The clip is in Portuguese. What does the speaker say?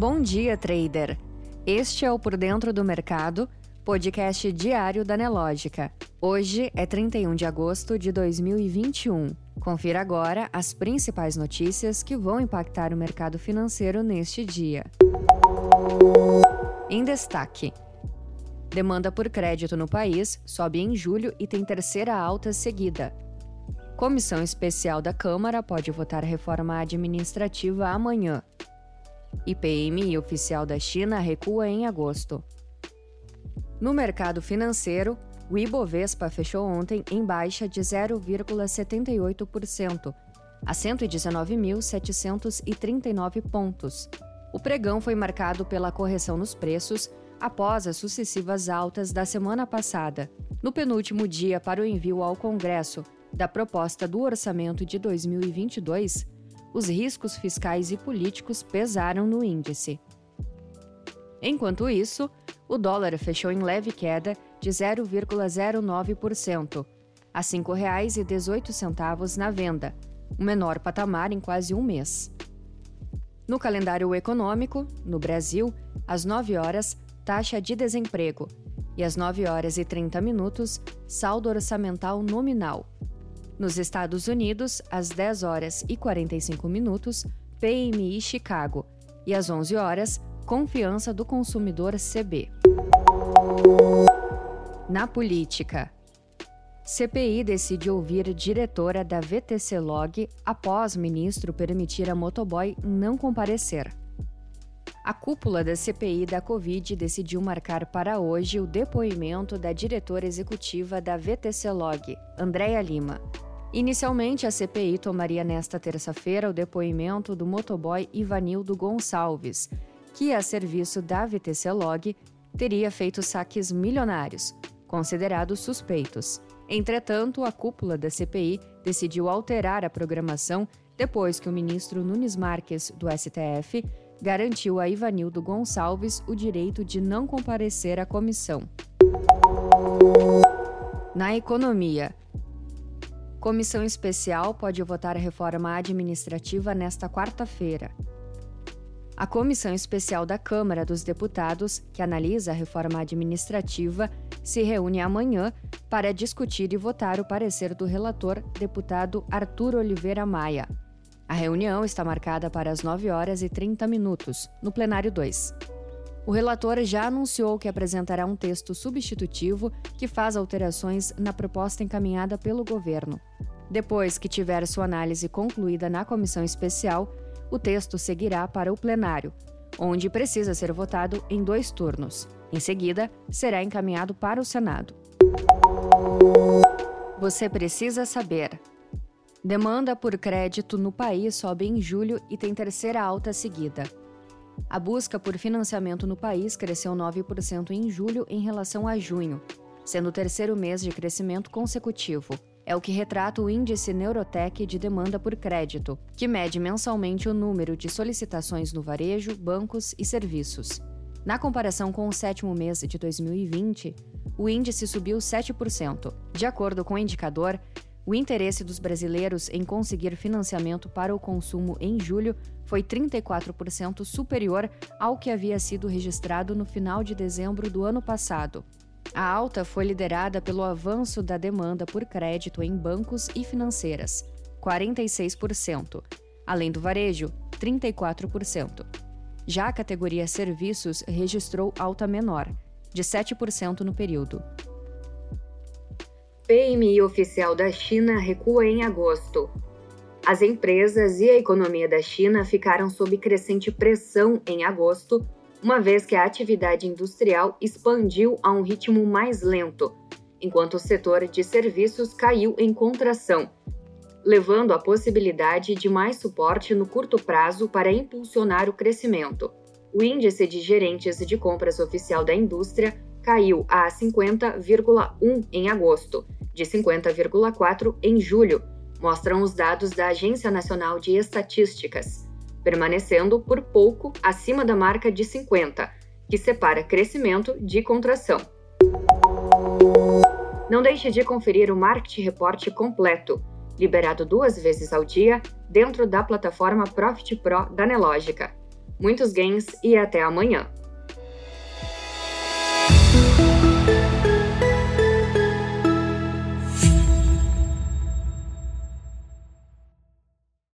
Bom dia, trader! Este é o Por Dentro do Mercado, podcast diário da Nelogica. Hoje é 31 de agosto de 2021. Confira agora as principais notícias que vão impactar o mercado financeiro neste dia. Em destaque: demanda por crédito no país sobe em julho e tem terceira alta seguida. Comissão especial da Câmara pode votar reforma administrativa amanhã. IPMI oficial da China recua em agosto. No mercado financeiro, o Ibovespa fechou ontem em baixa de 0,78%, a 119.739 pontos. O pregão foi marcado pela correção nos preços após as sucessivas altas da semana passada, no penúltimo dia para o envio ao Congresso da proposta do orçamento de 2022, os riscos fiscais e políticos pesaram no índice. Enquanto isso, o dólar fechou em leve queda de 0,09%, a R$ 5,18 na venda, o menor patamar em quase um mês. No calendário econômico, no Brasil, às 9 horas, taxa de desemprego, e às 9 horas e 30 minutos, saldo orçamental nominal. Nos Estados Unidos, às 10 horas e 45 minutos, PMI Chicago, e às 11 horas, confiança do consumidor CB. Na política, CPI decide ouvir diretora da VTC Log após ministro permitir a motoboy não comparecer. A cúpula da CPI da Covid decidiu marcar para hoje o depoimento da diretora executiva da VTC Log, Andréa Lima. Inicialmente, a CPI tomaria nesta terça-feira o depoimento do motoboy Ivanildo Gonçalves, que, a serviço da VTC Log, teria feito saques milionários, considerados suspeitos. Entretanto, a cúpula da CPI decidiu alterar a programação depois que o ministro Nunes Marques, do STF, garantiu a Ivanildo Gonçalves o direito de não comparecer à comissão. Na economia, Comissão especial pode votar a reforma administrativa nesta quarta-feira. A Comissão Especial da Câmara dos Deputados, que analisa a reforma administrativa, se reúne amanhã para discutir e votar o parecer do relator, deputado Arthur Oliveira Maia. A reunião está marcada para as 9 horas e 30 minutos, no plenário 2. O relator já anunciou que apresentará um texto substitutivo que faz alterações na proposta encaminhada pelo governo. Depois que tiver sua análise concluída na comissão especial, o texto seguirá para o plenário, onde precisa ser votado em 2 turnos. Em seguida, será encaminhado para o Senado. Você precisa saber: demanda por crédito no país sobe em julho e tem terceira alta seguida. A busca por financiamento no país cresceu 9% em julho em relação a junho, sendo o terceiro mês de crescimento consecutivo. É o que retrata o índice Neurotech de demanda por crédito, que mede mensalmente o número de solicitações no varejo, bancos e serviços. Na comparação com o sétimo mês de 2020, o índice subiu 7%. De acordo com o indicador, o interesse dos brasileiros em conseguir financiamento para o consumo em julho foi 34% superior ao que havia sido registrado no final de dezembro do ano passado. A alta foi liderada pelo avanço da demanda por crédito em bancos e financeiras, 46%, além do varejo, 34%. Já a categoria serviços registrou alta menor, de 7% no período. PMI oficial da China recua em agosto. As empresas e a economia da China ficaram sob crescente pressão em agosto, uma vez que a atividade industrial expandiu a um ritmo mais lento, enquanto o setor de serviços caiu em contração, levando à possibilidade de mais suporte no curto prazo para impulsionar o crescimento. O índice de gerentes de compras oficial da indústria caiu a 50,1 em agosto, de 50,4 em julho, mostram os dados da Agência Nacional de Estatísticas, permanecendo por pouco acima da marca de 50, que separa crescimento de contração. Não deixe de conferir o Market Report completo, liberado 2 vezes ao dia dentro da plataforma Profit Pro da Nelogica. Muitos gains e até amanhã!